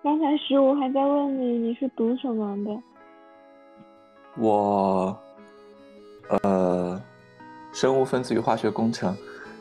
刚才15还在问你是读什么的。 我生物分子与化学工程。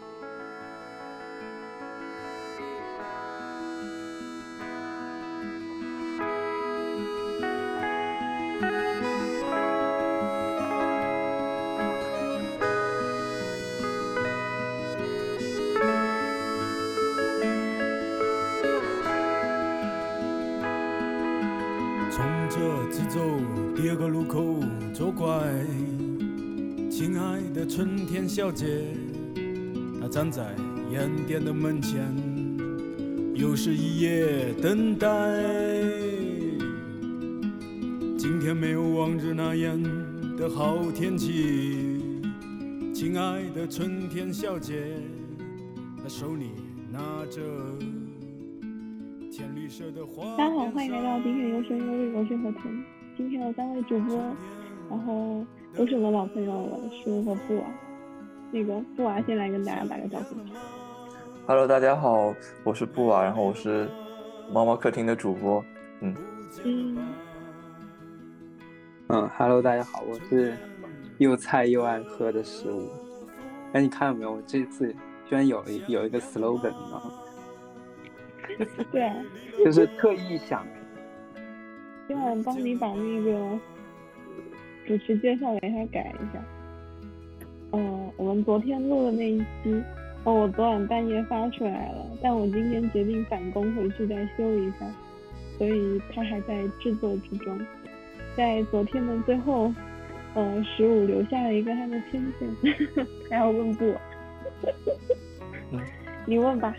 冲着直走，第二个路口左拐。亲爱的春天小姐，她站在盐店的门前，又是一夜等待。今天没有往日那样的好天气，亲爱的春天小姐，她手里拿着天绿色的花。 大家好，欢迎来到今天有声有绿，我是何婷。今天有3位主播，然后都是我的老朋友了，15和布娃。那个布娃先来跟大家打个招呼。 Hello， 大家好，我是布娃，然后我是猫猫客厅的主播。 Hello， 大家好，我是又菜又爱喝的15。哎，你看到没有？我这次居然有一个 slogan， 你知道吗？ 对啊， 就是特意想。 今晚帮你把那个主持介绍给他改一下。我们昨天录的那一期，我昨晚半夜发出来了，但我今天决定返工回去再修一下，所以他还在制作之中。在昨天的最后，15留下了一个他的偏见，他要问布。你问吧。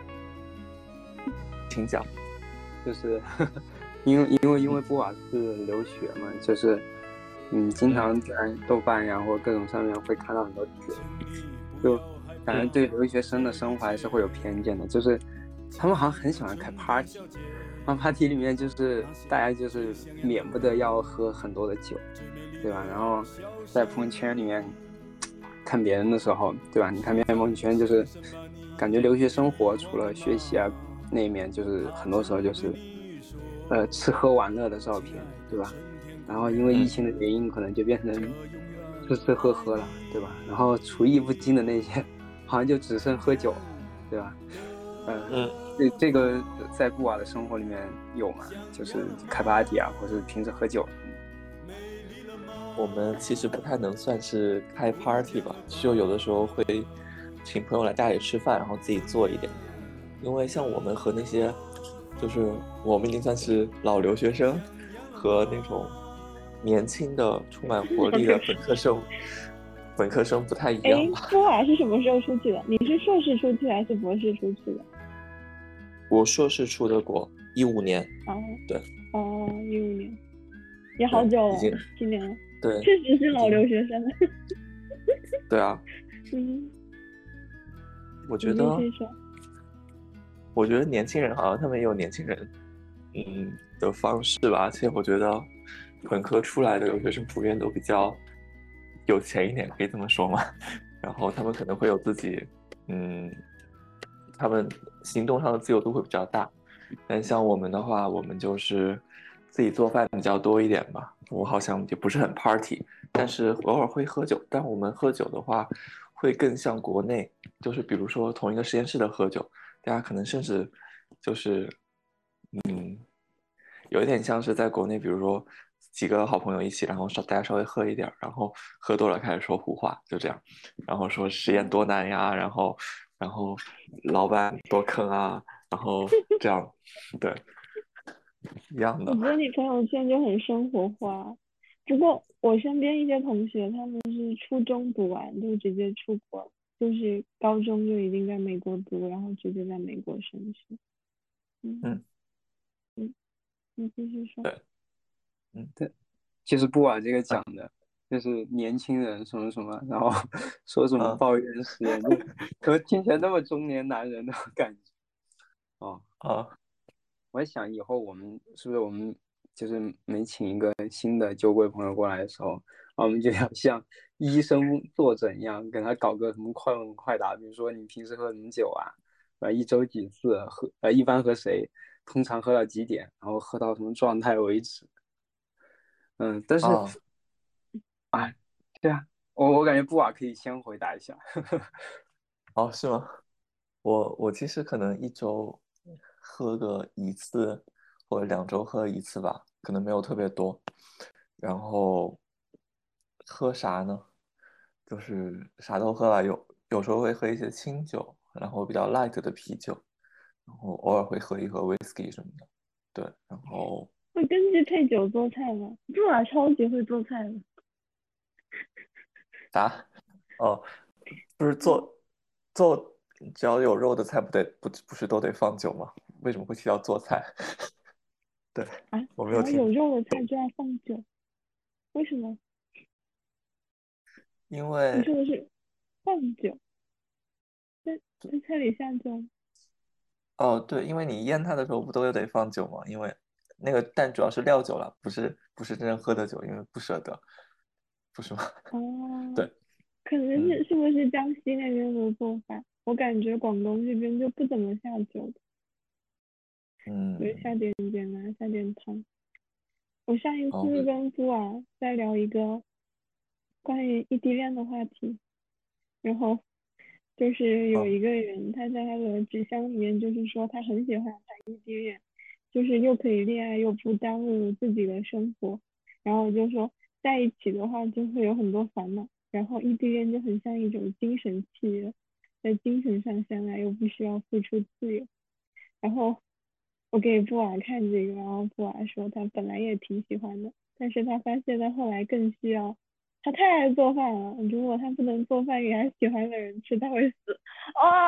请讲。 就是因为布瓦是留学嘛，就是经常在豆瓣然后各种上面会看到很多帖，就感觉对留学生的生活还是会有偏见的，就是他们好像很喜欢开 party， 然后 party 里面就是大家就是免不得要喝很多的酒，对吧？然后在朋友圈里面看别人的时候，对吧？你看别人朋友圈就是感觉留学生活除了学习啊那一面，就是很多时候就是吃喝玩乐的照片，对吧？然后因为疫情的原因，可能就变成吃吃喝喝了，对吧？然后厨艺不精的那些，好像就只剩喝酒，对吧？这个在布瓦的生活里面有吗？就是开 party 啊，或是平时喝酒。 我们其实不太能算是开 party 吧，就有的时候会请朋友来家里吃饭，然后自己做一点。因为像我们和那些，就是我们已经算是老留学生和那种年轻的充满活力的本科生不太一样吧。 布娃是什么时候出去的？你是硕士出去还是博士出去的？ 我硕士出的国，15年。对。 15年，也好久了，7年了。 对， 确实是老留学生。 对啊。我觉得年轻人好像他们也有年轻人的方式吧，而且我觉得本科出来的留学生普遍都比较有钱一点，可以这么说吗？然后他们可能会有自己他们行动上的自由度会比较大。但像我们的话，我们就是自己做饭比较多一点吧。我好像也不是很 party， 但是偶尔会喝酒。但我们喝酒的话会更像国内，就是比如说同一个实验室的喝酒，大家可能甚至就是有一点像是在国内，比如说几个好朋友一起，然后大家稍微喝一点，然后喝多了开始说胡话，就这样，然后说实验多难呀，然后老板多坑啊，然后这样，对，一样的。 我觉得你朋友圈就很生活化，不过我身边一些同学他们是初中读完就直接出国，就是高中就已经在美国读，然后直接在美国升学。你继续说。 对。 对，其实布瓦这个讲的就是年轻人什么什么，然后说什么抱怨实验，就怎么听起来那么中年男人的感觉。我想以后我们是不是我们就是每请一个新的酒鬼朋友过来的时候，我们就要像医生坐诊一样，给他搞个什么快问快答，比如说你平时喝什么酒啊，一周几次喝，一般和谁， 通常喝到几点，然后喝到什么状态为止。但是哦对啊，我感觉布瓦可以先回答一下。 哦，是吗？我其实可能一周喝个一次，或者2周喝一次吧，可能没有特别多。然后喝啥呢？就是啥都喝吧，有时候会喝一些清酒，然后比较 light 的啤酒，然后偶尔会喝一喝 whisky 什么的。对，然后会根据配酒做菜吗？布瓦超级会做菜的。 啥？哦，不是嗯做，只要有肉的菜不是都得放酒吗？为什么会提到做菜？对， 啊， 我没只要有有听， 肉的菜就要放酒，为什么？ 因为你说的是放酒，在菜里下酒？ 哦对，因为你腌它的时候不都得放酒吗？因为那个但主要是料酒了，不是真正喝的酒，因为不舍得，不是吗？ 哦， 对， 可能嗯是不是江西那边的做法？我感觉广东这边就不怎么下酒的，就下嗯， 点盐啊，下点糖。我上一哦次跟苏瓦在聊一个关于异地恋的话题，然后就是有哦一个人他在他的纸箱里面就是说他很喜欢谈异地恋，就是又可以恋爱又不耽误自己的生活，然后就说在一起的话就会有很多烦恼，然后异地恋就很像一种精神契约，在精神上相爱又不需要付出自由。然后我给布瓦看这个，然后布瓦说他本来也挺喜欢的，但是他发现他后来更需要，他太爱做饭了，如果他不能做饭给他喜欢的人吃，他会死。啊、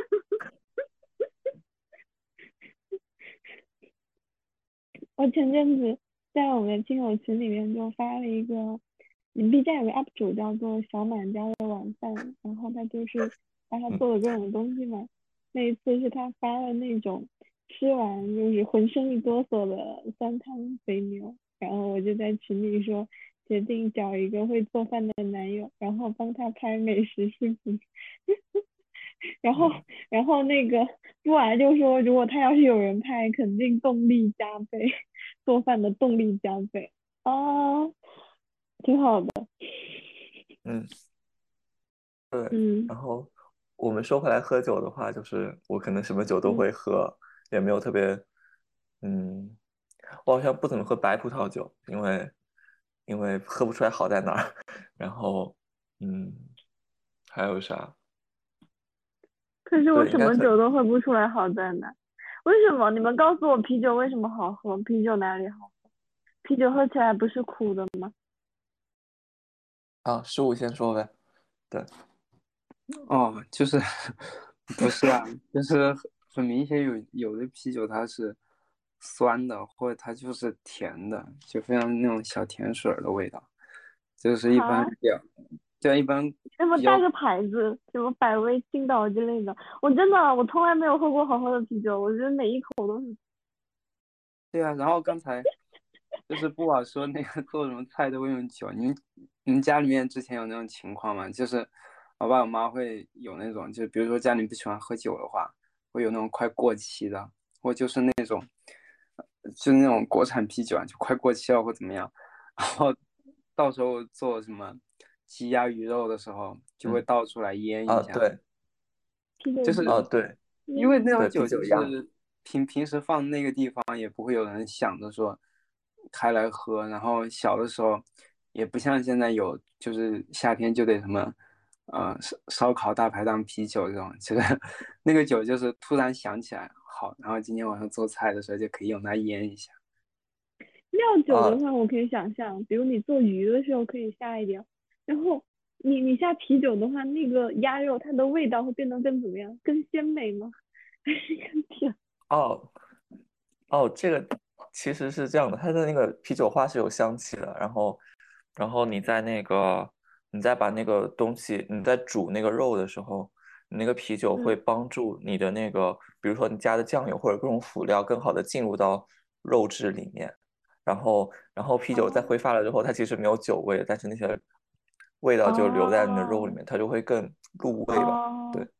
我前阵子在我们的亲友群里面就发了一个，B 站有个 UP 主叫做小满家的晚饭，然后他就是把他嗯做的各种东西嘛。那一次是他发了那种吃完就是浑身一哆嗦的酸汤肥牛，然后我就在群里说决定找一个会做饭的男友，然后帮他拍美食视频。然后， 嗯那个布瓦就说，如果他要是有人拍，肯定动力加倍，做饭的动力加倍啊，挺好的。 嗯，对。 嗯然后我们说回来喝酒的话，就是我可能什么酒都嗯， 会喝，也没有特别，嗯，我好像不怎么喝白葡萄酒，因为喝不出来好在哪儿。然后，嗯，还有啥？ 可是我对，应该可什么酒都喝不出来好在哪？为什么？你们告诉我啤酒为什么好喝？啤酒哪里好？啤酒喝起来不是苦的吗？ 啊，十五先说呗。对， 哦，就是不是啊，就是很明显有的啤酒它是酸的，或者它就是甜的，就非常那种小甜水儿的味道，就是一般哈， 比较，对啊，一般什么比较带个牌子，什么百威、青岛之类的，我真的从来没有喝过好喝的啤酒，我觉得每一口都是。 对啊。然后刚才就是布瓦说那个做什么菜都会用酒，你们家里面之前有那种情况吗？就是我爸我妈会有那种，就比如说家里不喜欢喝酒的话，会有那种快过期的，或就是那种国产啤酒啊，就快过期了或怎么样，然后到时候做什么鸡鸭鱼肉的时候，就会嗯， 倒出来腌一啊， 下， 对， 啤酒哦， 鸡， 对因为那种对，啤酒就酒鸭， 是平时放那个地方也不会有人想着说开来喝，然后小的时候也不像现在有，就是夏天就得什么烧烤大排档啤酒这种，其实那个酒就是突然想起来好，然后今天晚上做菜的时候就可以用它腌一下。 料酒的啊话，我可以想象，比如你做鱼的时候可以下一点，然后你下啤酒的话，那个鸭肉它的味道会变得更怎么样？更鲜美吗？还是更甜？ 哦，哦，这个其实是这样的，它的那个啤酒花是有香气的，然后你再把那个东西，你在煮那个肉的时候，你那个啤酒会嗯， 帮助你的那个，比如说你加的酱油或者各种辅料，更好的进入到肉质里面，然后啤酒在挥哦发了之后，它其实没有酒味，但是那些味道就留在你的肉里哦面，它就会更入味吧。 哦， 对，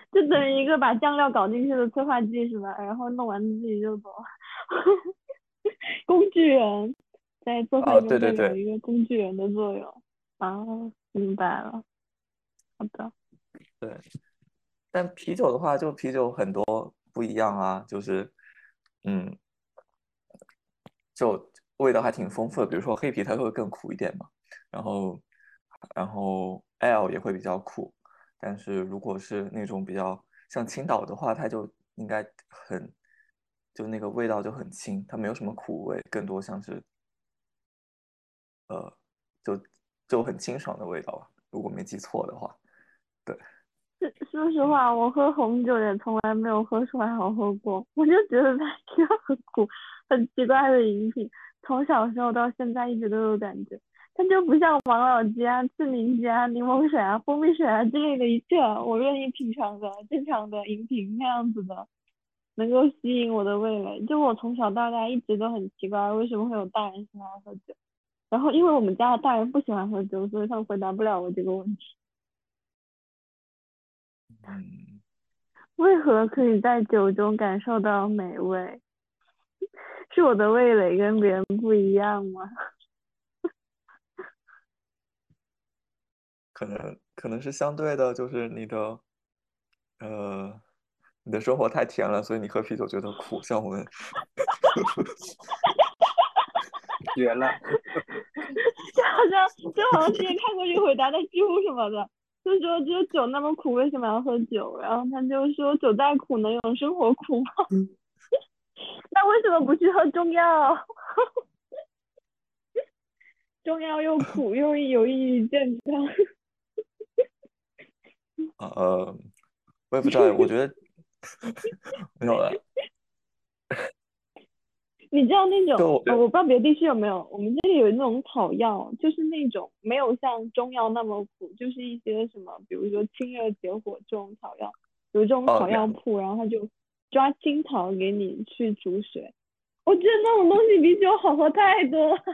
就等于一个把酱料搞进去的催化剂是吧？然后弄完自己就走了。工具人在做饭中对对对扮演一个工具人的作用啊，明白了。好的， 对。但啤酒的话，就啤酒很多不一样啊，就是嗯，就味道还挺丰富的。比如说黑啤它会更苦一点嘛，然后L 也会比较苦，但是如果是那种比较像青岛的话，它就应该就那个味道就很轻，它没有什么苦味，更多像是就就很清爽的味道吧，如果没记错的话。对。 说实话，我喝红酒也从来没有喝出来好喝过，我就觉得它是个很苦、很奇怪的饮品，从小时候到现在一直都有感觉。它就不像王老吉啊、志明鸡啊、柠檬水啊、蜂蜜水啊之类的一切我愿意品尝的正常的饮品那样子的，能够吸引我的味蕾。就我从小到大一直都很奇怪，为什么会有大人喜欢喝酒，然后因为我们家的大人不喜欢喝酒，所以他们回答不了我这个问题。 嗯， 为何可以在酒中感受到美味？是我的味蕾跟别人不一样吗？ 可能是相对的，就是呃你的生活太甜了，所以你喝啤酒觉得苦。像我们绝了。 就好像之前看过一个回答在知乎什么的，就说只有酒那么苦，为什么要喝酒？然后他就说酒再苦能有生活苦吗？那为什么不去喝中药？中药又苦又有益于健康。 呃，我也不知道，我觉得没有了。 你知道那种我就我觉得， 不知道别的地区有没有，我们这里有那种草药，就是那种没有像中药那么苦，就是一些什么，比如说清热解火这种草药，有这种草药凉铺，然后他就抓青草给你去煮水，我觉得那种东西比酒好喝太多了。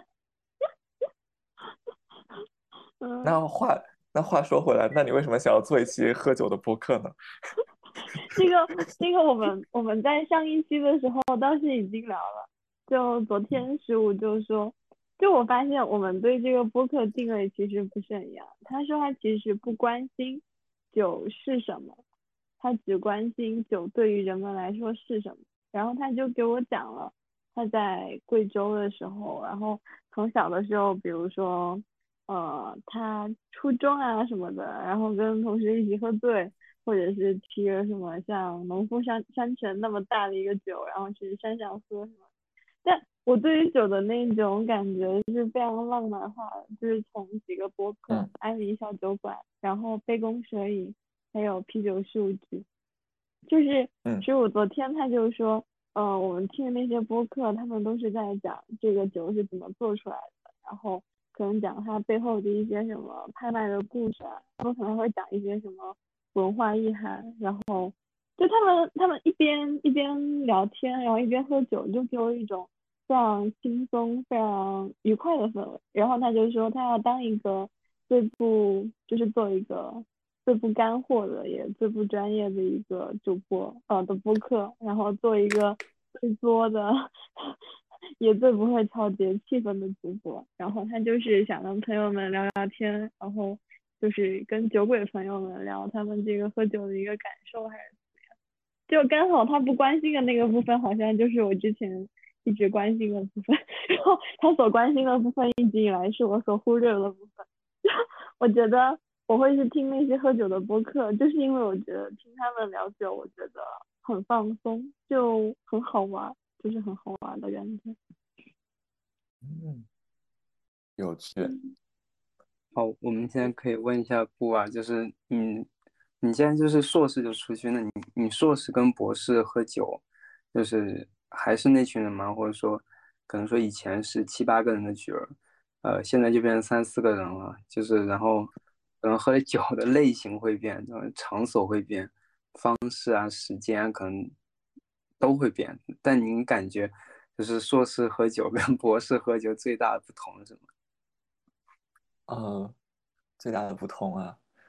嗯， 那话那话说回来，那你为什么想要做一期喝酒的播客呢？ 这个我们在上一期的时候当时已经聊了，就昨天15就说，就我发现我们对这个播客定位其实不是很一样。他说他其实不关心酒是什么，他只关心酒对于人们来说是什么。然后他就给我讲了他在贵州的时候，然后从小的时候，比如说他初中啊什么的，然后跟同学一起喝醉。或者是提着什么像农夫山泉那么大的一个酒，然后去山上喝什么。但我对于酒的那种感觉是非常浪漫化的，就是从几个播客， 嗯安妮小酒馆，然后杯弓蛇影，还有啤酒数据，就是嗯十五昨天他就说，我们听的那些播客，他们都是在讲这个酒是怎么做出来的，然后可能讲它背后的一些什么拍卖的故事啊，他们可能会讲一些什么文化意涵，然后就他们一边聊天，然后一边喝酒，就给我一种非常轻松、非常愉快的氛围。然后他就说他要当一个最不就是做一个最不干货的也最不专业的一个主播的播客，然后做一个最作的也最不会调节气氛的主播。然后他就是想跟朋友们聊聊天，然后就是跟酒鬼朋友们聊他们这个喝酒的一个感受还是。就刚好他不关心的那个部分，好像就是我之前一直关心的部分，然后他所关心的部分一直以来是我所忽略的部分。我觉得我会去听那些喝酒的播客，就是因为我觉得听他们聊酒，我觉得很放松，就很好玩，就是很好玩的感觉。 嗯，有趣。 嗯， 好，我们现在可以问一下布啊，就是你现在就是硕士就出去，那你硕士跟博士喝酒，就是还是那群人吗？或者说，可能说以前是七八个人的局儿，现在就变成三四个人了，就是然后可能喝的酒的类型会变，场所会变，方式啊、时间啊可能都会变。但您感觉就是硕士喝酒跟博士喝酒最大的不同是什么？ 呃，最大的不同啊，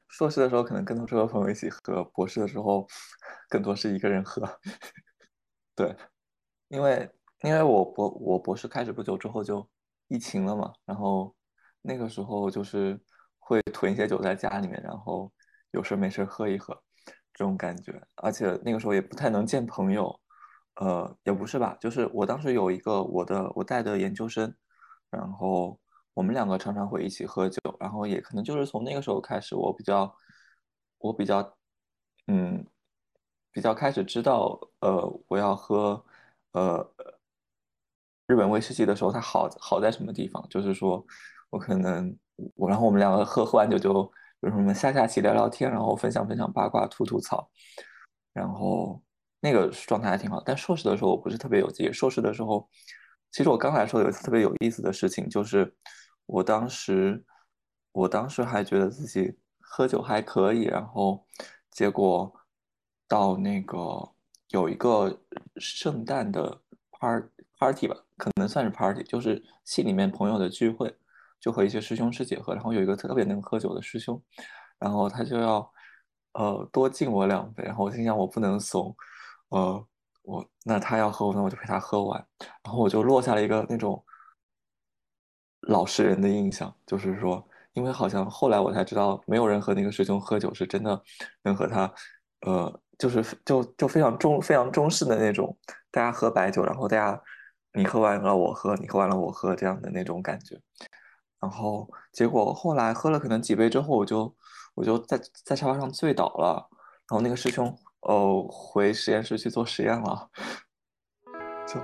硕士的时候可能更多是和朋友一起喝，博士的时候更多是一个人喝。对，因为我博士开始不久之后就疫情了嘛，然后那个时候就是会囤一些酒在家里面，然后有事没事喝一喝，这种感觉。而且那个时候也不太能见朋友，也不是吧，就是我当时有一个我带的研究生，然后我们两个常常会一起喝酒，然后也可能就是从那个时候开始，我比较嗯比较开始知道，我要喝呃日本威士忌的时候，它好在什么地方？就是说我可能然后我们两个喝完酒就比如说我们下棋聊聊天，然后分享八卦，吐槽，然后那个状态还挺好。但硕士的时候我不是特别有记忆，硕士的时候，其实我刚来说有一次特别有意思的事情，就是我当时我当时还觉得自己喝酒还可以，然后结果到那个有一个圣诞的 party 吧，可能算是 party，就是系里面朋友的聚会，就和一些师兄师姐喝，然后有一个特别能喝酒的师兄，然后他就要多敬我2杯，然后我心想我不能怂，那他要喝，那我就陪他喝完，然后我就落下了一个那种老实人的印象，就是说，因为好像后来我才知道，没有人和那个师兄喝酒是真的能和他，就非常中式的那种，大家喝白酒，然后大家你喝完了我喝，你喝完了我喝这样的那种感觉。然后结果后来喝了可能几杯之后，我就在沙发上醉倒了，然后那个师兄回实验室去做实验了，就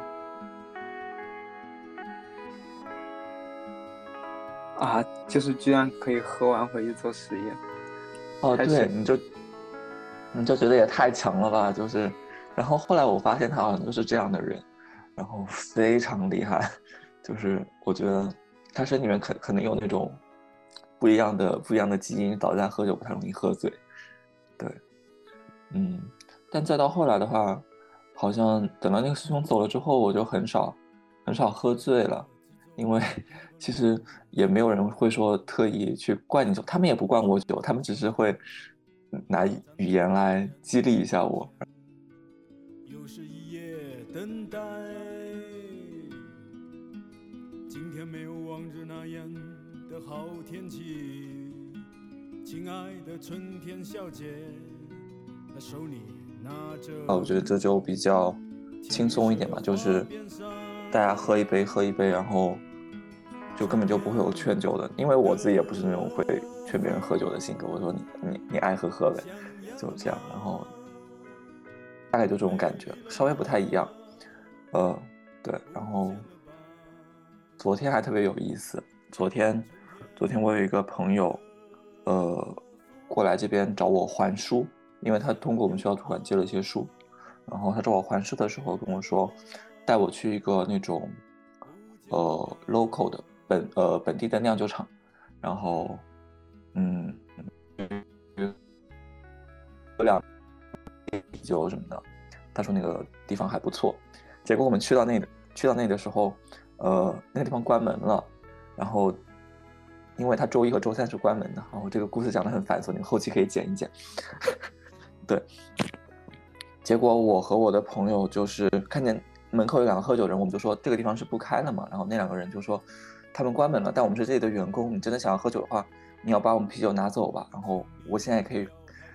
啊，就是居然可以喝完回去做实验， 对， 太神你就觉得也太强了吧，就是，然后后来我发现他好像就是这样的人，然后非常厉害，就是我觉得他身体里面可能有那种不一样的基因，导致他喝酒不太容易喝醉，对，嗯，但再到后来的话，好像等到那个师兄走了之后，我就很少喝醉了，因为其实也没有人会说特意去灌你酒，他们也不灌我酒，他们只是会拿语言来激励一下我。 又是一夜等待，今天没有往日那样的好天气，亲爱的春天小姐，那手里拿着我觉得这就比较轻松一点吧，就是大家喝一杯喝一杯，然后就根本就不会有劝酒的，因为我自己也不是那种会劝别人喝酒的性格，我说你爱喝喝呗，就这样，然后大概就这种感觉，稍微不太一样，对，然后昨天还特别有意思，昨天我有一个朋友，过来这边找我还书，因为他通过我们学校图书馆借了一些书，然后他找我还书的时候跟我说，带我去一个那种local 的本地的酿酒厂，然后有两啤酒什么的，他说那个地方还不错，结果我们去到那的时候，那个地方关门了，然后因为他周一和周三是关门的，然后这个故事讲得很繁琐，你们后期可以剪一剪。对，结果我和我的朋友就是看见门口有2个喝酒人，我们就说这个地方是不开了嘛，然后那2个人就说他们关门了，但我们是这里的员工，你真的想要喝酒的话，你要把我们啤酒拿走吧，然后我现在也可以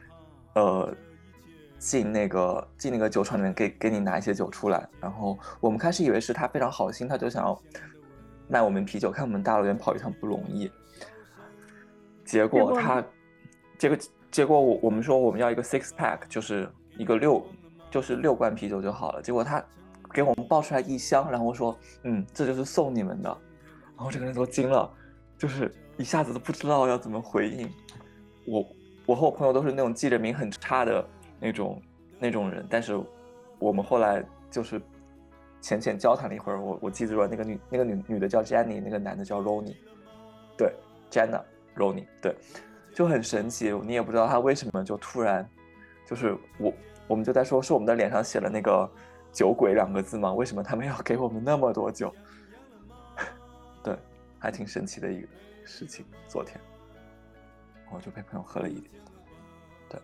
进那个酒厂里面给你拿一些酒出来，然后我们开始以为是他非常好心，他就想要卖我们啤酒，看我们大老远跑一趟不容易，结果我们说我们要一个 6 pack， 就是一个6罐啤酒就好了，结果他给我们抱出来1箱，然后说这就是送你们的，然后这个人都惊了，就是一下子都不知道要怎么回应。我和我朋友都是那种记人名很差的那种人，但是我们后来就是浅交谈了一会儿，我记住了那个女的叫 Jenny， 那个男的叫 Ronnie， 对 Jenna Ronnie， 对，就很神奇，你也不知道他为什么就突然就是我们就在说是我们的脸上写了那个酒鬼2个字吗？为什么他们要给我们那么多酒？对，还挺神奇的一个事情。昨天， 后就陪朋友喝了一点。对，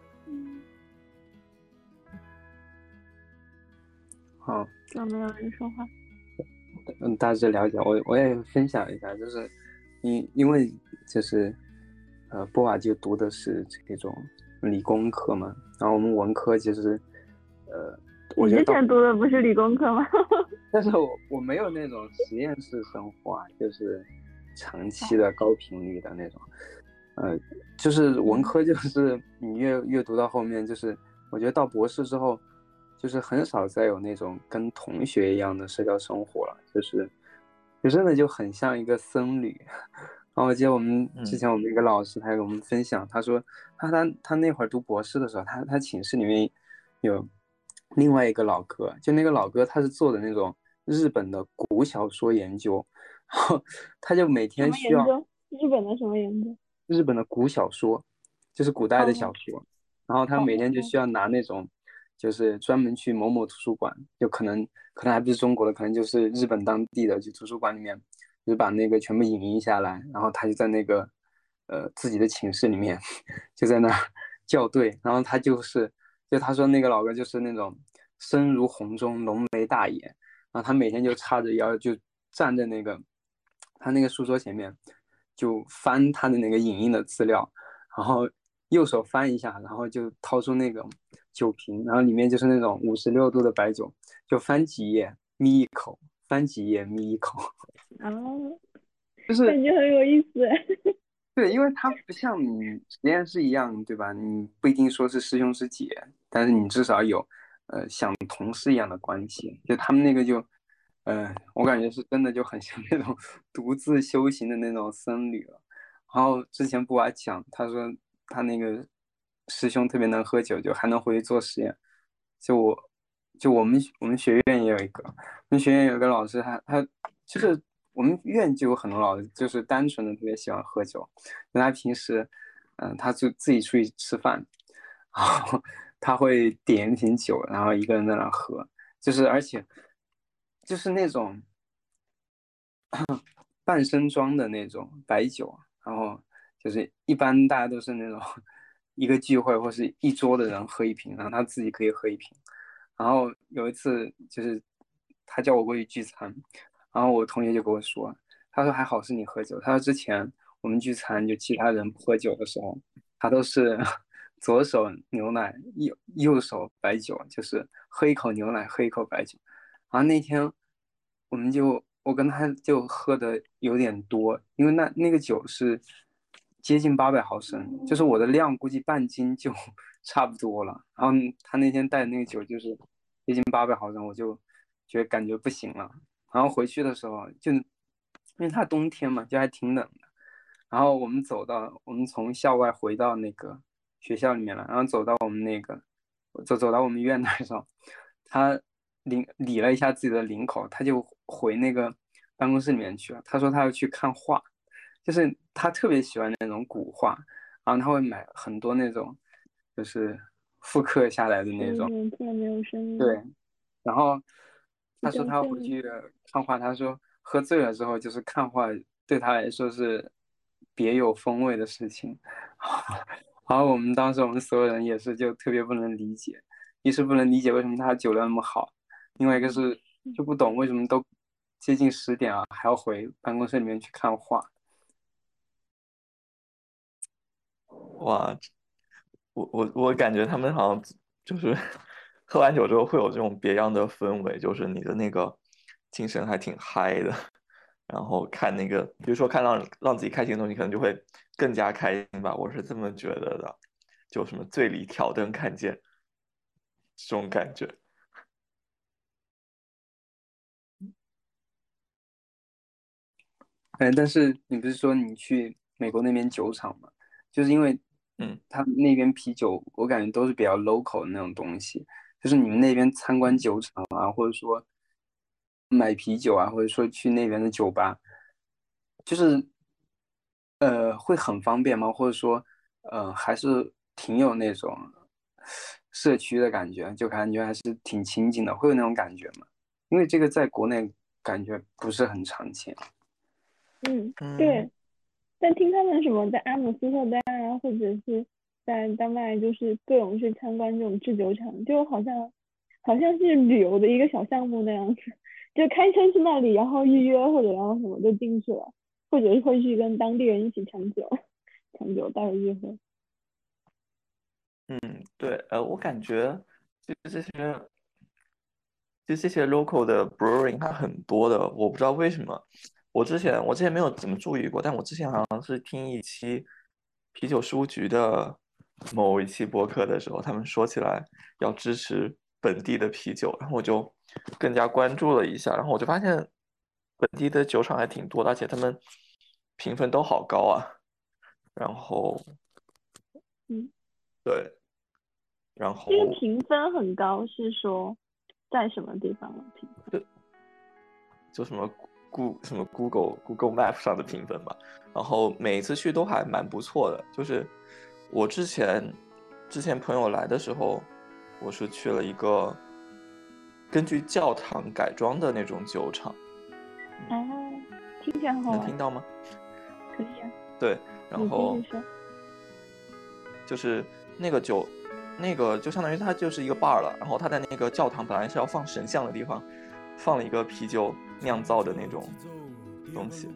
好， 有没有人说话？ 大致了解，我也分享一下，就是因为就是波瓦就读的是这种理工科嘛，然后我们文科其实我你之觉得前读的不是理工科吗？ 但是我没有那种实验室生活啊，就是长期的高频率的那种，就是文科，就是你越读到后面，就是我觉得到博士之后，就是很少再有那种跟同学一样的社交生活了，就真的就很像一个僧侣。然后我记得我们之前我们一个老师他给我们分享，他说他那会儿读博士的时候，他寝室里面有另外一个老哥，就那个老哥他是做的那种日本的古小说研究，然后他就每什天需要么研究？日本的什么研究？ 日本的古小说，就是古代的小说，然后他每天就需要拿那种，就是专门去某某图书馆，就可能还不是中国的，可能就是日本当地的，去图书馆里面，就是把那个全部影印下来，然后他就在那个自己的寝室里面，就在那儿校对，然后就他说那个老哥就是那种身如洪钟，浓眉大眼，然后他每天就叉着腰就站在他那个书桌前面。就翻他的那个影印的资料，然后右手翻一下，然后就掏出那个酒瓶，然后里面就是那种56度的白酒，就翻几页眯一口，翻几页眯一口， 啊， 就是感觉很有意思。 对，因为它不像你实验室一样，对吧？你不一定说是师兄师姐，但是你至少有像同事一样的关系。就他们那个就，我感觉是真的就很像那种独自修行的那种僧侣了。然后之前布瓦讲，他说他那个师兄特别能喝酒，就还能回去做实验。就我我们学院也有一个，我们学院有一个老师他就是我们院就有很多老师，就是单纯的特别喜欢喝酒。那他平时，他就自己出去吃饭，然后他会点一瓶酒，然后一个人在那喝，就是而且就是那种半升装的那种白酒，然后就是一般大家都是那种一个聚会或是一桌的人喝一瓶，然后他自己可以喝一瓶。然后有一次就是他叫我过去聚餐，然后我同学就跟我说，他说还好是你喝酒，他说之前我们聚餐就其他人不喝酒的时候，他都是左手牛奶，右手白酒，就是喝一口牛奶，喝一口白酒。然后那天我跟他就喝的有点多，因为那个酒是接近800毫升，就是我的量估计半斤就差不多了。然后他那天带的那个酒就是接近800毫升，我就觉得感觉不行了。然后回去的时候就因为它冬天嘛，就还挺冷的。然后我们从校外回到那个学校里面了，然后走到我们院那的时候，他理了一下自己的领口，他就回那个办公室里面去了。他说他要去看画，就是他特别喜欢那种古画，然后他会买很多那种就是复刻下来的那种。 突然没有声音。 对，然后他说比较羡慕。 他回去看画，他说喝醉了之后就是看画对他来说是别有风味的事情。然后当时我们所有人也是就特别不能理解，一是不能理解为什么他酒量那么好，另外一个是就不懂为什么都接近10点了还要回办公室里面去看画。 哇，我感觉他们好像就是喝完酒之后会有这种别样的氛围，就是你的那个精神还挺嗨的，然后看那个，比如说看让自己开心的东西，可能就会更加开心吧，我是这么觉得的，就什么醉里挑灯看剑这种感觉。 但是你不是说你去美国那边酒厂吗？就是因为， 嗯， 他们那边啤酒，我感觉都是比较 local 的那种东西。就是你们那边参观酒厂啊，或者说买啤酒啊，或者说去那边的酒吧，就是会很方便吗？或者说，还是挺有那种社区的感觉，就感觉还是挺亲近的，会有那种感觉吗？因为这个在国内感觉不是很常见。 嗯， 嗯， 对， 但听他们什么在阿姆斯特丹啊，或者是在丹麦，就是各种去参观这种制酒厂，就好像是旅游的一个小项目那样子，就开车去那里，然后预约或者然后什么就进去了，或者是会去跟当地人一起抢酒，抢酒带回去喝。 对，我感觉就是这些 local 的 brewing 它很多的，我不知道为什么。我之前没有怎么注意过，但我之前好像是听一期啤酒事务局的某一期播客的时候，他们说起来要支持本地的啤酒，然后我就更加关注了一下，然后我就发现本地的酒厂还挺多的，而且他们评分都好高啊。然后嗯， 对，然这个后评分很高，是说在什么地方的评分？ 就什么 Google Map 上的评分吧，然后每一次去都还蛮不错的。就是我之前朋友来的时候，我是去了一个根据教堂改装的那种酒厂， 啊，听起来很好玩， 能听到吗？ 可以啊， 对，然你继后续说。 就是那个酒，那个就相当于它就是一个 bar 了，然后它在那个教堂本来是要放神像的地方，放了一个啤酒酿造的那种东西。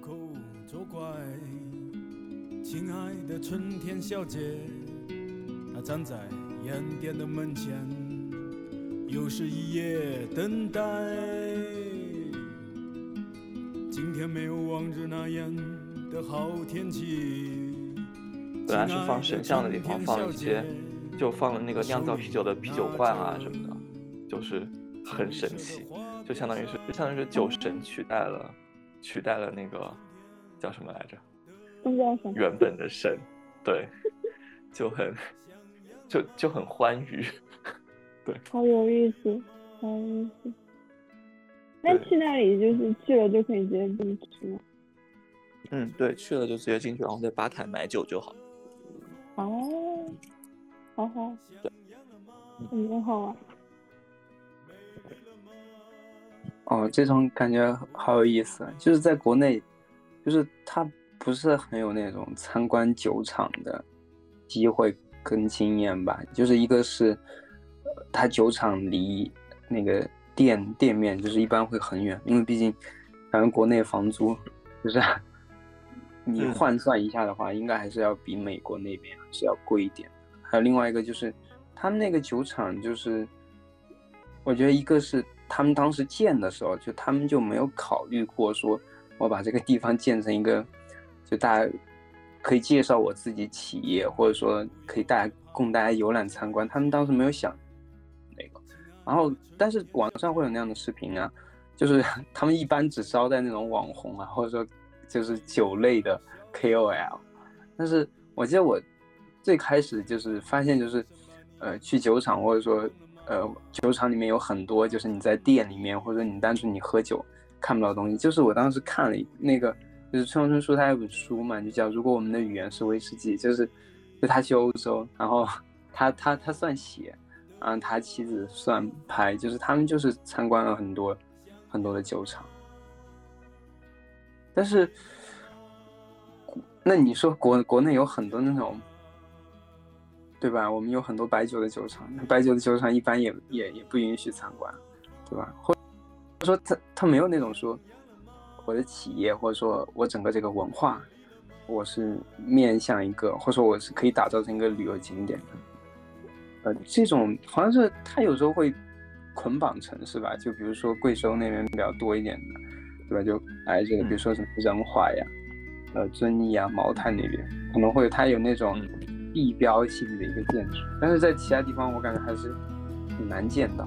亲爱的春天小姐，她站在烟店的门前，又是一夜等待。今天没有往日那样的好天气。 本来是放神像的地方，放了一些，就放了那个酿造啤酒的啤酒罐啊什么的，就是很神奇，就相当于是酒神取代了那个叫什么来着？ 宗教神。 原本的神，对，就很欢愉，对， 好有意思，好有意思。那去那里就是去了就可以直接进去吗？ 对，去了就直接进去，然后在吧台买酒就好。 哦，好好， 对， 很好玩。 哦，这种感觉好有意思。就是在国内，就是它不是很有那种参观酒厂的机会跟经验吧。就是一个是，它酒厂离那个店面就是一般会很远，因为毕竟咱们国内房租就是你换算一下的话，应该还是要比美国那边还是要贵一点。还有另外一个就是他们那个酒厂，就是我觉得一个是他们当时建的时候，就他们就没有考虑过说我把这个地方建成一个就大家可以介绍我自己企业，或者说可以供大家游览参观，他们当时没有想那个。然后但是网上会有那样的视频啊，就是他们一般只招待那种网红啊，或者说就是酒类的 KOL。但是我记得我最开始就是发现就是去酒厂，或者说酒厂里面有很多就是你在店里面或者你单纯你喝酒看不到的东西。就是我当时看了那个就是村上春树他有本书嘛，就叫《如果我们的语言是威士忌》，就他去欧洲，然后他算写，然后他妻子算拍，就是他们就是参观了很多很多的酒厂。但是那你说国内有很多那种，对吧？我们有很多白酒的酒厂，白酒的酒厂一般也不允许参观，对吧？或者说他没有那种说我的企业或者说我整个这个文化，我是面向一个，或者说我是可以打造成一个旅游景点的。这种好像是他有时候会捆绑城市吧，就比如说贵州那边比较多一点的，对吧？就挨着的，比如说什么仁怀呀、遵义啊、茅台那边可能会它有那种地标性的一个建筑，但是在其他地方我感觉还是很难见到。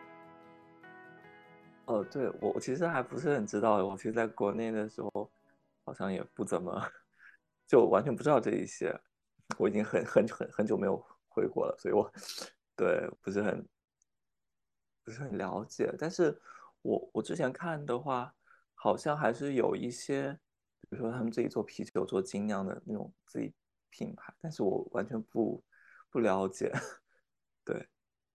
对，我其实还不是很知道，我其实在国内的时候好像也不怎么，就完全不知道这一些。我已经很久没有回国了，所以我对不是很了解。但是我之前看的话，好像还是有一些，比如说他们自己做啤酒、做精酿的那种自己品牌，但是我完全不了解。对。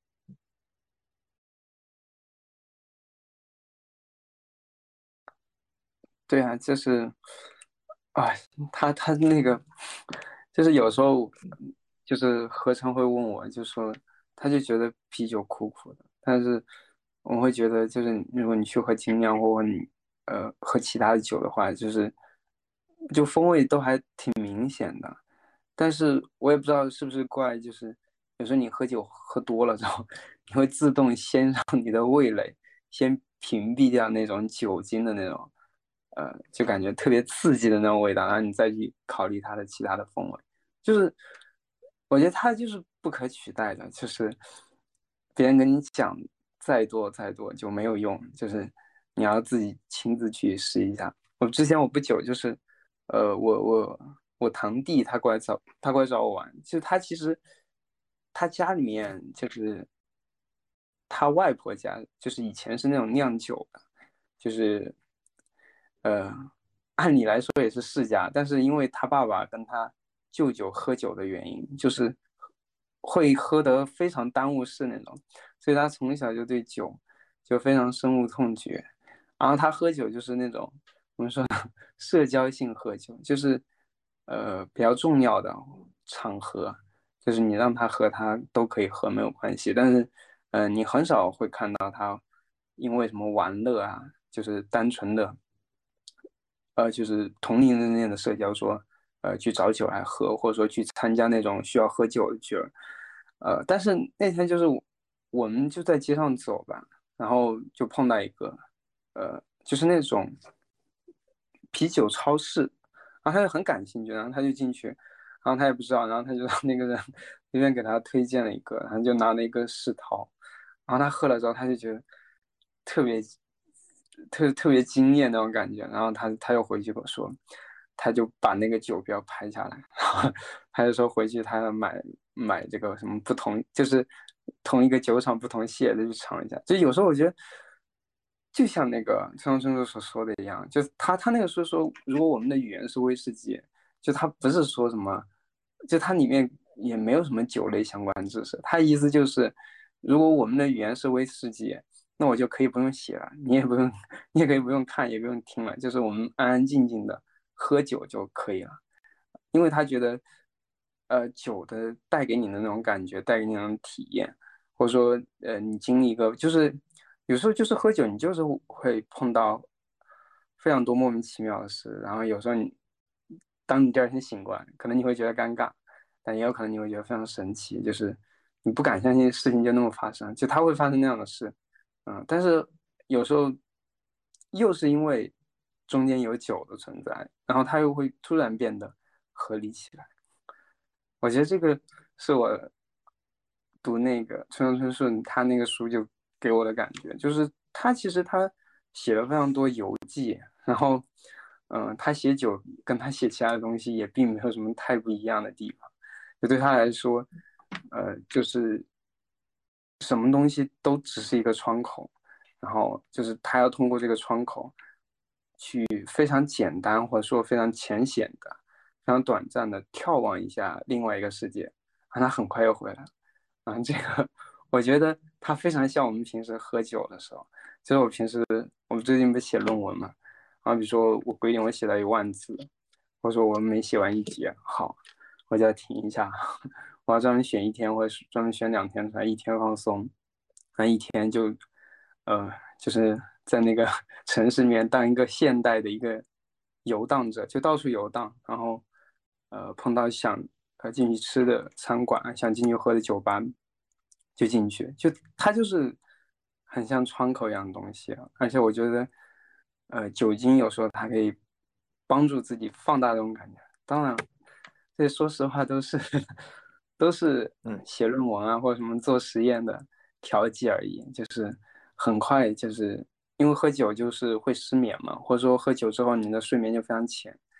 对啊，就是，哎，他那个，就是有时候，就是何成会问我，就说他就觉得啤酒苦苦的，但是我会觉得，就是如果你去喝精酿或你喝其他的酒的话，就风味都还挺明显的。但是我也不知道是不是怪，就是有时候你喝酒喝多了之后，你会自动先让你的味蕾先屏蔽掉那种酒精的那种。就感觉特别刺激的那种味道，然后你再去考虑它的其他的风味，就是我觉得它就是不可取代的，就是别人跟你讲再多就没有用，就是你要自己亲自去试一下。我不久就是，我堂弟他过来找我玩，就其实他家里面就是他外婆家，就是以前是那种酿酒的，就是呃，按理来说也是世家，但是因为他爸爸跟他舅舅喝酒的原因，就是会喝得非常耽误事那种，所以他从小就对酒就非常深恶痛绝。然后他喝酒就是那种我们说社交性喝酒，就是比较重要的场合，就是你让他喝，他都可以喝，没有关系。但是你很少会看到他因为什么玩乐啊，就是单纯的。就是同龄人间的社交说，去找酒来喝，或者说去参加那种需要喝酒的局儿，但是那天就是我们就在街上走吧，然后就碰到一个，就是那种啤酒超市，然后他就很感兴趣，然后他就进去，然后他也不知道，然后他就让那个人随便给他推荐了一个，然后就拿了一个世涛，然后他喝了之后，他就觉得特别特别惊艳那种感觉，然后他又回去跟我说，他就把那个酒标拍下来，然后他就说回去他要买这个什么不同，就是同一个酒厂不同系列的去尝一下。就有时候我觉得，就像那个村上春树所说的一样，就是他那个说，如果我们的语言是威士忌，就他不是说什么，就它里面也没有什么酒类相关知识，他意思就是，如果我们的语言是威士忌。那我就可以不用写了，你也不用，你也可以不用看，也不用听了，就是我们安安静静的喝酒就可以了。因为他觉得，酒的带给你的那种感觉，带给你那种体验，或者说，你经历一个，就是有时候就是喝酒，你就是会碰到非常多莫名其妙的事，然后有时候当你第二天醒过来，可能你会觉得尴尬，但也有可能你会觉得非常神奇，就是你不敢相信事情就那么发生，就它会发生那样的事，但是有时候又是因为中间有酒的存在，然后它又会突然变得合理起来。我觉得这个是我读那个村上春树他那个书就给我的感觉，就是他其实他写了非常多游记，然后他写酒跟他写其他的东西也并没有什么太不一样的地方，就对他来说，就是什么东西都只是一个窗口，然后就是他要通过这个窗口去非常简单或者说非常浅显的、非常短暂的眺望一下另外一个世界，然后他很快又回来了。这个我觉得他非常像我们平时喝酒的时候，就是我们最近不是写论文嘛，然后比如说我规定我写到10000字，或者说我每写完一节，好，我就要停一下，我要专门选一天，或者是专门选2天出来，一天放松，那一天就，就是在那个城市里面当一个现代的一个游荡者，就到处游荡，然后，碰到想进去吃的餐馆，想进去喝的酒吧，就进去，就它就是很像窗口一样的东西啊，而且我觉得，酒精有时候它可以帮助自己放大这种感觉，当然。这说实话都是都是写论文啊或者什么做实验的调剂而已，就是很快就是因为喝酒就是会失眠嘛，或者说喝酒之后你的睡眠就非常浅，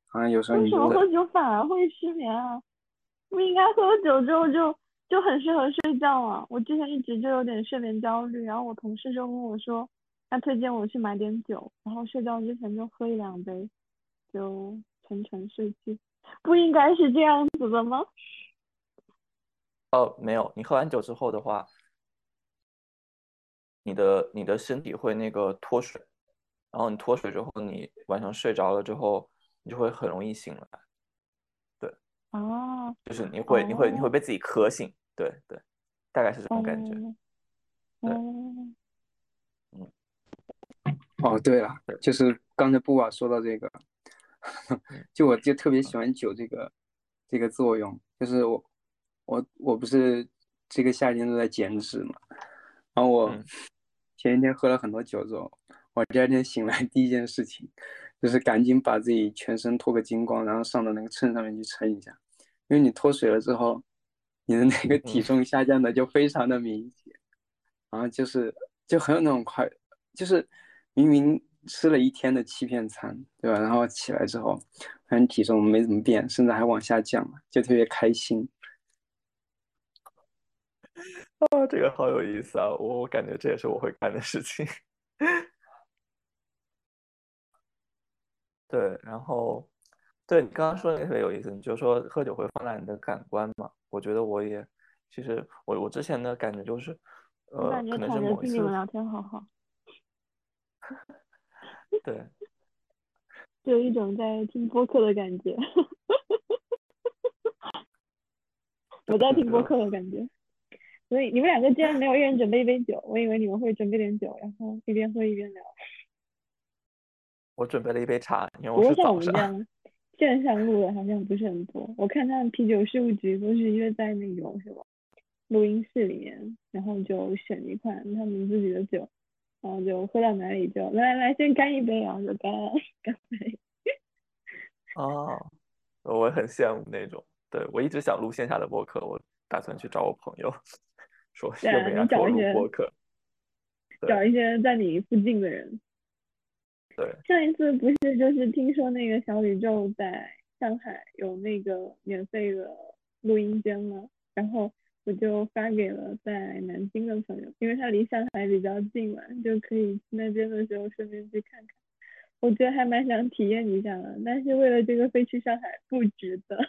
好像有时候为什么你就喝酒反而会失眠啊？不应该喝了酒之后就很适合睡觉啊？我之前一直就有点睡眠焦虑，然后我同事就跟我说，他推荐我去买点酒，然后睡觉之前就喝1-2杯，就沉沉睡去。不应该是这样子的吗？ 没有，你喝完酒之后的话，你的身体会那个脱水，然后你脱水之后，你晚上睡着了之后，你就会很容易醒来。对， 啊， 就是你会哦被自己渴醒。对对，大概是这种感觉。 哦对， 哦， 嗯哦，对了， 对， 就是刚才布瓦说到这个， 嗯就我就特别喜欢酒这个作用，就是我不是这个夏天都在减脂嘛，然后我嗯前一天喝了很多酒之后，我第二天醒来第一件事情就是赶紧把自己全身脱个精光，然后上到那个秤上面去称一下，因为你脱水了之后，你的那个体嗯， 重下降的就非常的明显。然后就很有那种快，就是明明吃了一天的欺骗餐，对吧？然后起来之后，发现体重没怎么变，甚至还往下降了，就特别开心。 这个好有意思啊！我感觉这也是我会干的事情。对，然后对你刚刚说的那个特别有意思，你就说喝酒会放大你的感官嘛？我觉得我也，其实我之前的感觉就是， 我感觉可能是躺着某一次， 听你们聊天好好， 对， 就有一种在听播客的感觉。我在听播是的， 客的感觉。所以你们两个竟然没有一人准备一杯酒，我以为你们会准备点酒，然后一边喝一边聊。 我准备了一杯茶，因为我不过像我是早上。 们这样线上录的好像不是很多，我看他们啤酒事务局都是约在那种什么录音室里面，然后就选一款他们自己的酒，然后就喝到哪里就来来来先干一杯，然后就干杯。 哦，我也很羡慕那种。对，我一直想录线下的播客，我打算去找我朋友，说对啊， 愿不愿意你陪我录找一些播客。对找一些在你附近的人。 对， 上一次不是就是听说那个小宇宙在上海有那个免费的录音间吗？然后我就发给了在南京的朋友，因为他离上海比较近嘛，就可以去那边的时候顺便去看看。我觉得还蛮想体验一下的，但是为了这个飞去上海不值得。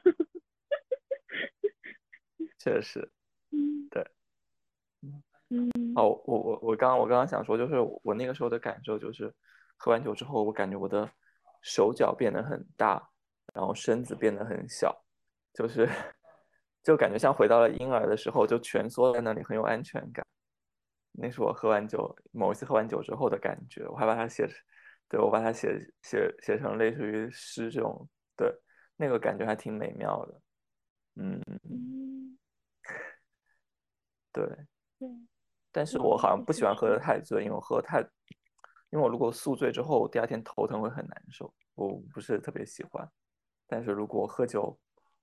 确实， 嗯对。嗯嗯哦，我刚刚想说，就是我那个时候的感受就是，喝完酒之后，我感觉我的手脚变得很大，然后身子变得很小，就是就感觉像回到了婴儿的时候，就蜷缩在那里，很有安全感。那是我喝完酒某一次喝完酒之后的感觉，我还把它写成，对，我把它写成类似于诗这种，对，那个感觉还挺美妙的。嗯， 嗯， 对。 对， 但是我嗯， 好像确不喜欢喝得实是。 太醉，因为我如果宿醉之后，第二天头疼会很难受，我不是特别喜欢。但是如果喝酒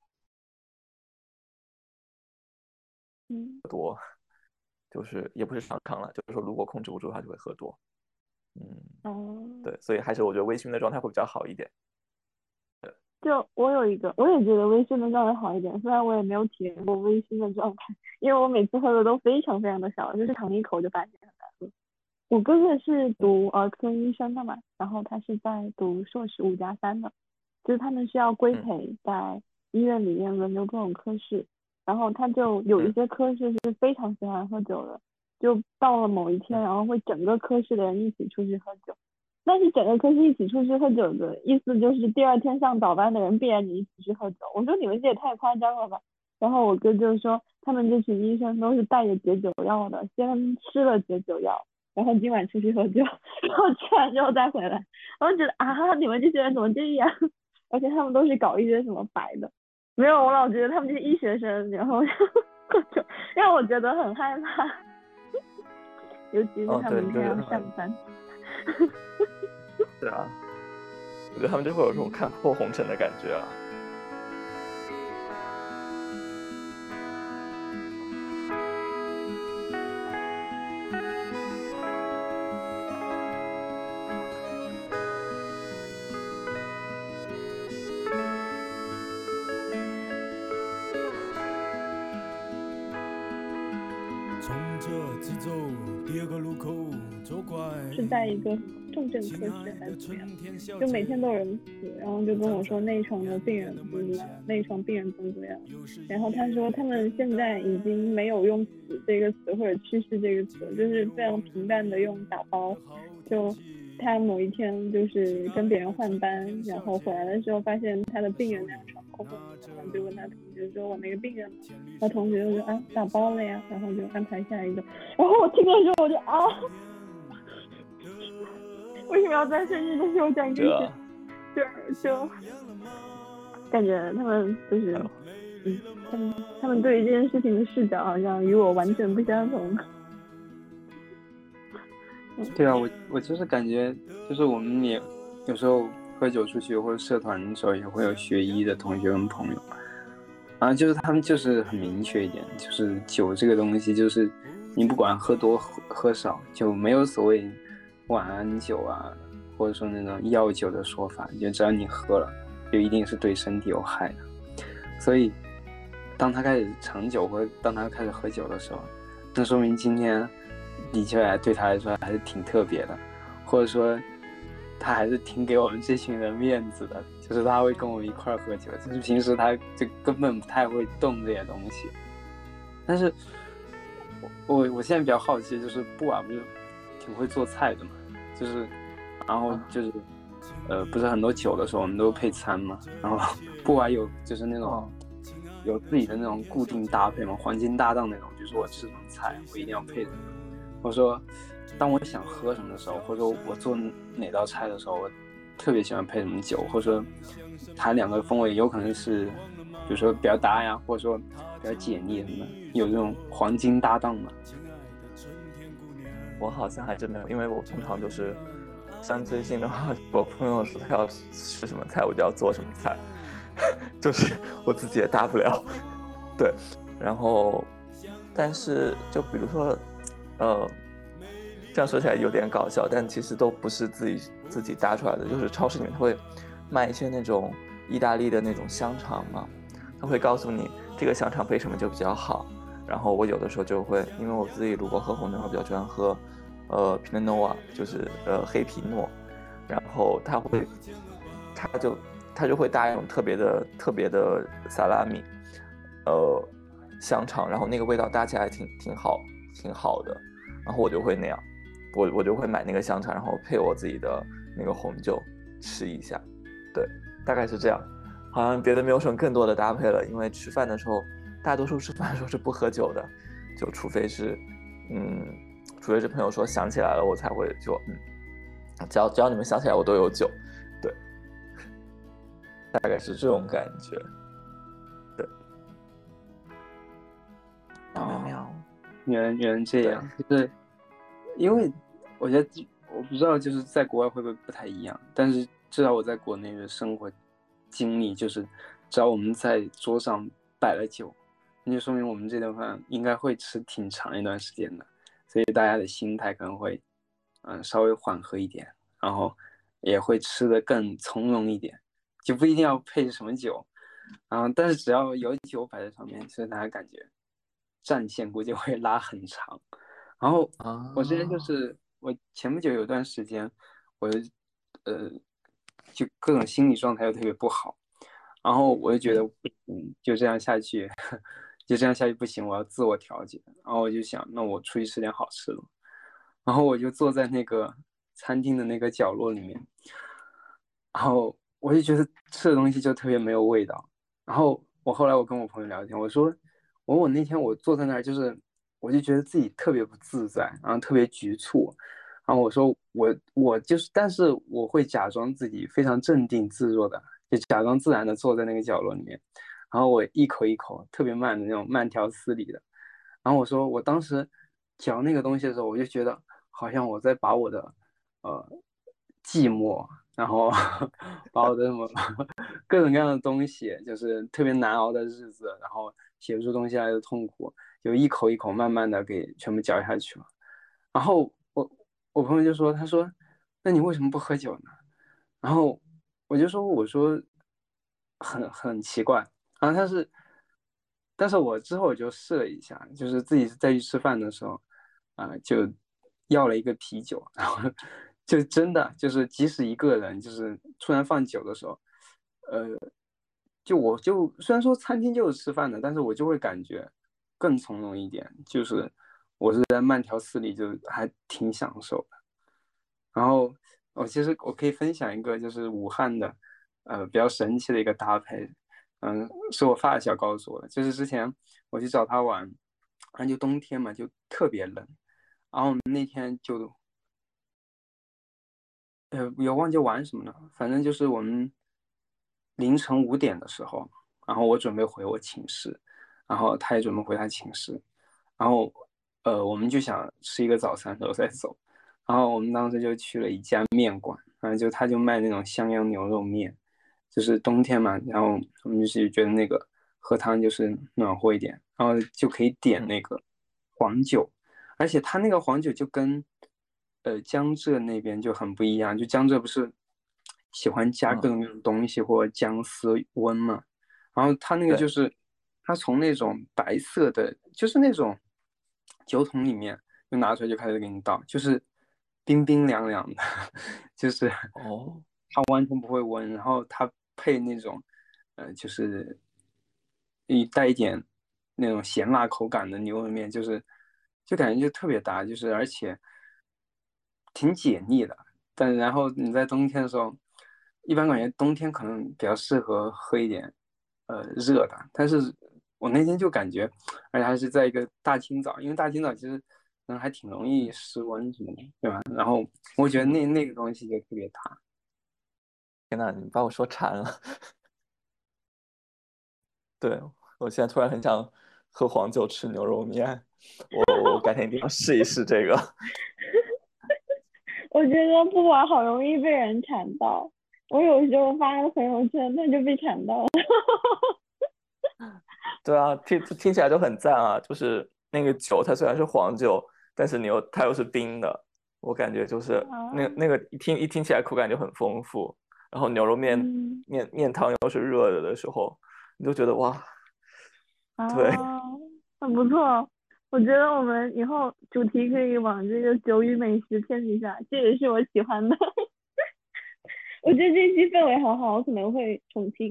嗯多，就是也不是常常了，就是说如果控制不住，它就会喝多。嗯， 哦。 对，所以还是我觉得微醺的状态会比较好一点。 就我有一个，我也觉得微醺的状态好一点，虽然我也没有体验过微醺的状态，因为我每次喝的都非常非常的少，就是尝一口就发现很难喝。我哥哥是嗯读儿科医生的嘛，然后他是在读硕士5+3的，就是他们需要规嗯培在医院里面轮流各种科室，然后他就有一嗯些科室是非常喜欢喝酒的，就到了某一天， 嗯， 然后会整个科室的人一起出去喝酒。但是整个科室一起出去喝酒的意思就是第二天上早班的人必然你一起去喝酒。我说你们这也太夸张了吧。然后我哥就说他们这群医生都是带着解酒药的，先吃了解酒药，然后今晚出去喝酒，然后吃完之后再回来。我就觉得啊，你们这些人怎么这样？而且他们都是搞一些什么白的，没有，我老觉得他们这些医学生，然后喝酒，让我觉得很害怕，尤其是哦，对， 他们还要你就觉得他们上班。 是啊，我觉得他们就会有这种看破红尘的感觉啊。 是在一个重症科室还是怎么样，就每天都有人死，然后就跟我说那一床的病人怎么样，那一床病人怎么样，然后他说他们现在已经没有用死这个词或者去世这个词，就是非常平淡的用打包。就他某一天就是跟别人换班，然后回来的时候发现他的病人那张床空空的，然后就问他同学说我那个病人呢，他同学就说啊打包了呀，然后就安排下一个。然后我听的时候我就啊，为什么要在生日的时候讲这些？就感觉他们就是他们对于这件事情的视角好像与我完全不相同。 对啊，我就是感觉，就是我们也有时候喝酒出去或者社团的时候，也会有学医的同学跟朋友，啊，就是他们就是很明确一点，就是酒这个东西，就是你不管喝多喝少，就没有所谓晚安酒啊，或者说那种药酒的说法，就只要你喝了，就一定是对身体有害的。所以，当他开始尝酒或者当他开始喝酒的时候，那说明今天的确对他来说还是挺特别的，或者说他还是挺给我们这群人面子的，就是他会跟我们一块喝酒，就是平时他就根本不太会动这些东西。但是我现在比较好奇，就是布瓦不是挺会做菜的嘛，就是然后就是不是很多酒的时候我们都配餐嘛，然后布瓦有就是那种有自己的那种固定搭配嘛，黄金搭档那种，就是我吃什么菜我一定要配什么。或者说当我想喝什么的时候，或者说我做哪道菜的时候，我特别喜欢配什么酒，或者说它两个风味有可能是比如说比较搭呀，或者说比较解腻什么的，有这种黄金搭档嘛。 我好像还真没有，因为我通常就是像最近的话，我朋友说他要吃什么菜，我就要做什么菜，就是我自己也搭不了。对，然后但是就比如说这样说起来有点搞笑，但其实都不是自己搭出来的，就是超市里面他会卖一些那种意大利的那种香肠嘛，他会告诉你这个香肠配什么就比较好。然后我有的时候就会，因为我自己如果喝红酒，我比较喜欢喝Pinot Noir，就是黑皮诺，然后他就会搭一种特别的萨拉米，香肠，然后那个味道搭起来挺好的，然后我就会那样，我就会买那个香肠，然后配我自己的那个红酒吃一下，对，大概是这样，好像别的没有什么更多的搭配了，因为吃饭的时候。大多数吃饭的时候是不喝酒的，就除非是朋友说想起来了，我才会就只要你们想起来，我都有酒，对，大概是这种感觉，对。喵喵， 原来这样，就是因为我觉得我不知道就是在国外会不会不太一样，但是至少我在国内的生活经历就是，只要我们在桌上摆了酒。那就说明我们这顿饭应该会吃挺长一段时间的，所以大家的心态可能会，稍微缓和一点，然后也会吃得更从容一点，就不一定要配什么酒，但是只要有酒摆在上面，所以大家感觉战线估计会拉很长。然后我之前就是我前不久有段时间，我就各种心理状态又特别不好，然后我就觉得就这样下去。就这样下去不行，我要自我调节。然后我就想，那我出去吃点好吃的。然后我就坐在那个餐厅的那个角落里面，然后我就觉得吃的东西就特别没有味道。然后后来我跟我朋友聊天，我那天我坐在那儿，就是我就觉得自己特别不自在，然后特别局促。然后我说我就是，但是我会假装自己非常镇定自若的，就假装自然的坐在那个角落里面。然后我一口一口特别慢的那种慢条斯理的，然后我说我当时嚼那个东西的时候，我就觉得好像我在把我的寂寞，然后把我的什么各种各样的东西，就是特别难熬的日子，然后写不出东西来的痛苦，就一口一口慢慢的给全部嚼下去了。然后我朋友就说，他说那你为什么不喝酒呢？然后我说很奇怪。然后但是我之后我就试了一下，就是自己再去吃饭的时候， 就要了一个啤酒，然后就真的就是即使一个人就是突然放酒的时候，呃，我就虽然说餐厅就是吃饭的，但是我就会感觉更从容一点，就是我是在慢条斯理，就还挺享受的。然后其实我可以分享一个就是武汉的比较神奇的一个搭配，是我发小告诉我的，就是之前我去找他玩，然后就冬天嘛，就特别冷，然后我们那天就也忘记玩什么了，反正就是我们凌晨5点的时候，然后我准备回我寝室，然后他也准备回他寝室，然后我们就想吃一个早餐然后再走，然后我们当时就去了一家面馆，然后他就卖那种襄阳牛肉面，就是冬天嘛，然后我们就是觉得那个喝汤就是暖和一点，然后就可以点那个黄酒，而且他那个黄酒就跟江浙那边就很不一样，就江浙不是喜欢加各种各种东西或姜丝温嘛，然后他那个就是他从那种白色的，就是那种酒桶里面就拿出来就开始给你倒，就是冰冰凉凉的，就是它完全不会温，然后它配那种就是带一点那种咸辣口感的牛肉面，就感觉就特别搭，就是而且挺解腻的。但然后你在冬天的时候，一般感觉冬天可能比较适合喝一点热的，但是我那天就感觉，而且还是在一个大清早，因为大清早其实还挺容易失温什么的，对吧？然后我觉得那个东西就特别搭。 天哪，你把我说馋了。对，我现在突然很想喝黄酒吃牛肉面，我改天一定要试一试这个。 我觉得不玩好容易被人馋到，我有时候发个朋友圈，他就被馋到了。 对啊，听起来就很赞啊！就是那个酒，它虽然是黄酒，但是它又是冰的，我感觉就是那个一听起来口感就很丰富，然后牛肉面汤又是热的时候，你就觉得哇，对， 很不错。我觉得我们以后主题可以往这个酒与美食偏一下，这也是我喜欢的。我觉得这期氛围好好，我可能会重听。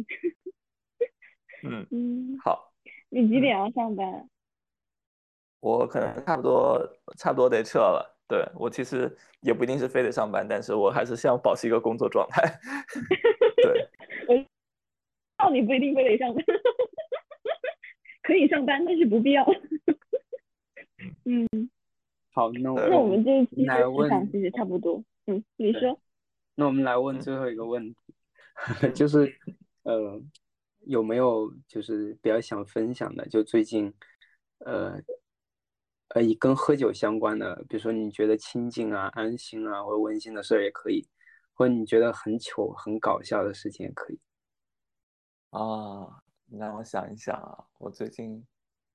好。 你几点要上班？ 我可能差不多得撤了。对，我其实也不一定是非得上班，但是我还是想保持一个工作状态。对， 我道你不一定非得上班，可以上班，但是不必要。 好， 那我们这一期来问， 其实差不多。你说。 那我们来问最后一个问题，就是有没有就是比较想分享的，就最近以跟喝酒相关的，比如说你觉得清静啊、安心啊或者温馨的事儿也可以，或者你觉得很糗、很搞笑的事情也可以。 你让我想一想啊，我最近，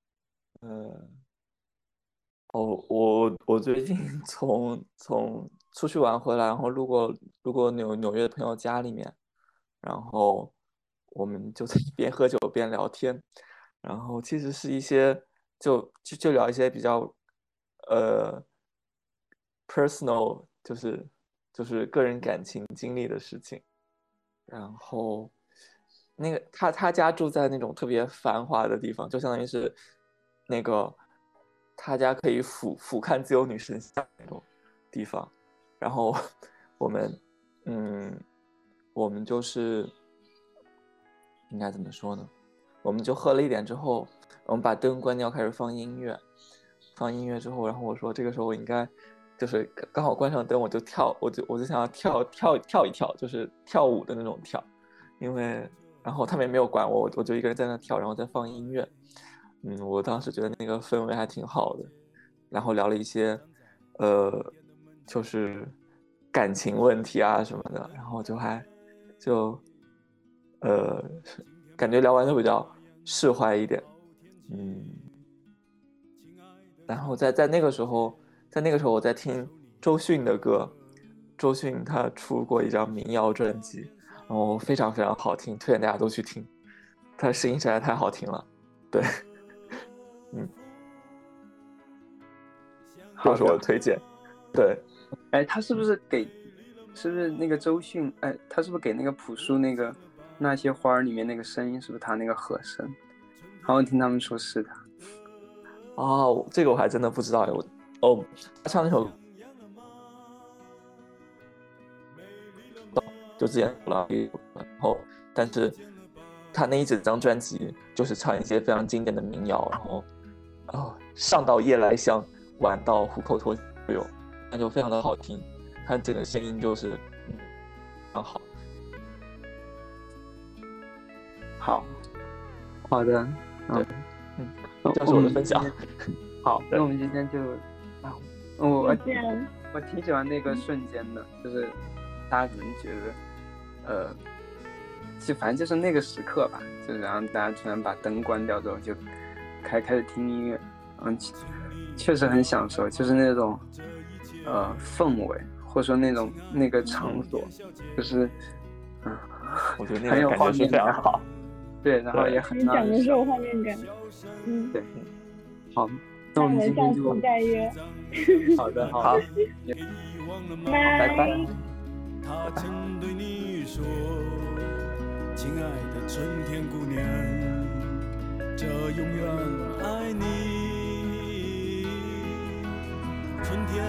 我最近从出去玩回来，然后路过纽约的朋友家里面，然后我们就在边喝酒边聊天，然后其实是一些就聊一些比较呃 personal，就是个人感情经历的事情，然后那个他家住在那种特别繁华的地方，就相当于是那个他家可以俯瞰自由女神像那种地方，然后我们我们就是应该怎么说呢？我们就喝了一点之后，我们把灯关掉，开始放音乐。放音乐之后，然后我说这个时候我应该就是刚好关上灯，我就想要跳一跳，就是跳舞的那种跳，因为然后他们也没有管我，我就一个人在那跳，然后再放音乐。我当时觉得那个氛围还挺好的，然后聊了一些就是感情问题啊什么的，然后就感觉聊完就比较释怀一点，然后在那个时候，我在听周迅的歌，周迅他出过一张民谣专辑，然后非常非常好听，推荐大家都去听，他的声音实在太好听了，对， 都是我的推荐。对， 哎，他是不是那个周迅？哎，他是不是给那个朴树那些花儿里面那个声音，是不是他那个和声？好像听他们说是他。 哦，这个我还真的不知道哎。他唱那首就之前了，然后但是他那一整张专辑就是唱一些非常经典的民谣，然后上到夜来香，晚到虎口脱都有，那就非常的好听。他整个声音就是非常好。 好的， 对，这是我的分享。 好，那我们今天就我挺喜欢那个瞬间的，就是大家可能觉得就反正就是那个时刻吧，就然后大家突然把灯关掉之后就开始听音乐，确实很享受，就是那种氛围，或者说那个场所，就是我觉得那个感觉是非常好。 对，然后也很你讲的是有画面感。 对，好，那我们今天就再约。 好的， 拜拜。 他曾对你说，亲爱的春天姑娘，这永远爱你。春天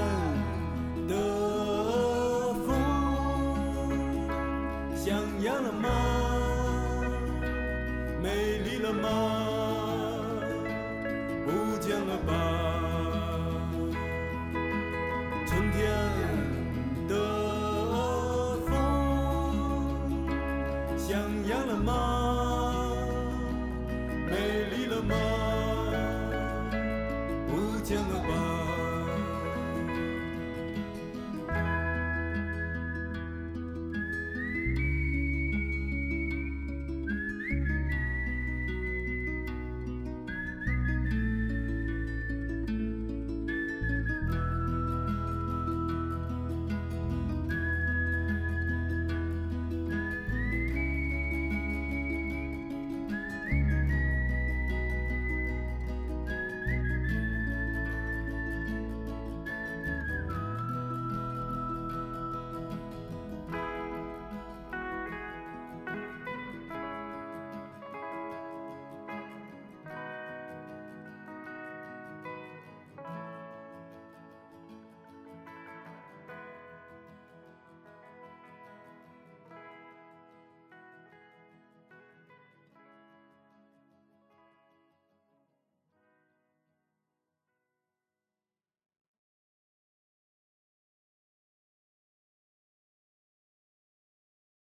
的风像样了吗？美丽了吗？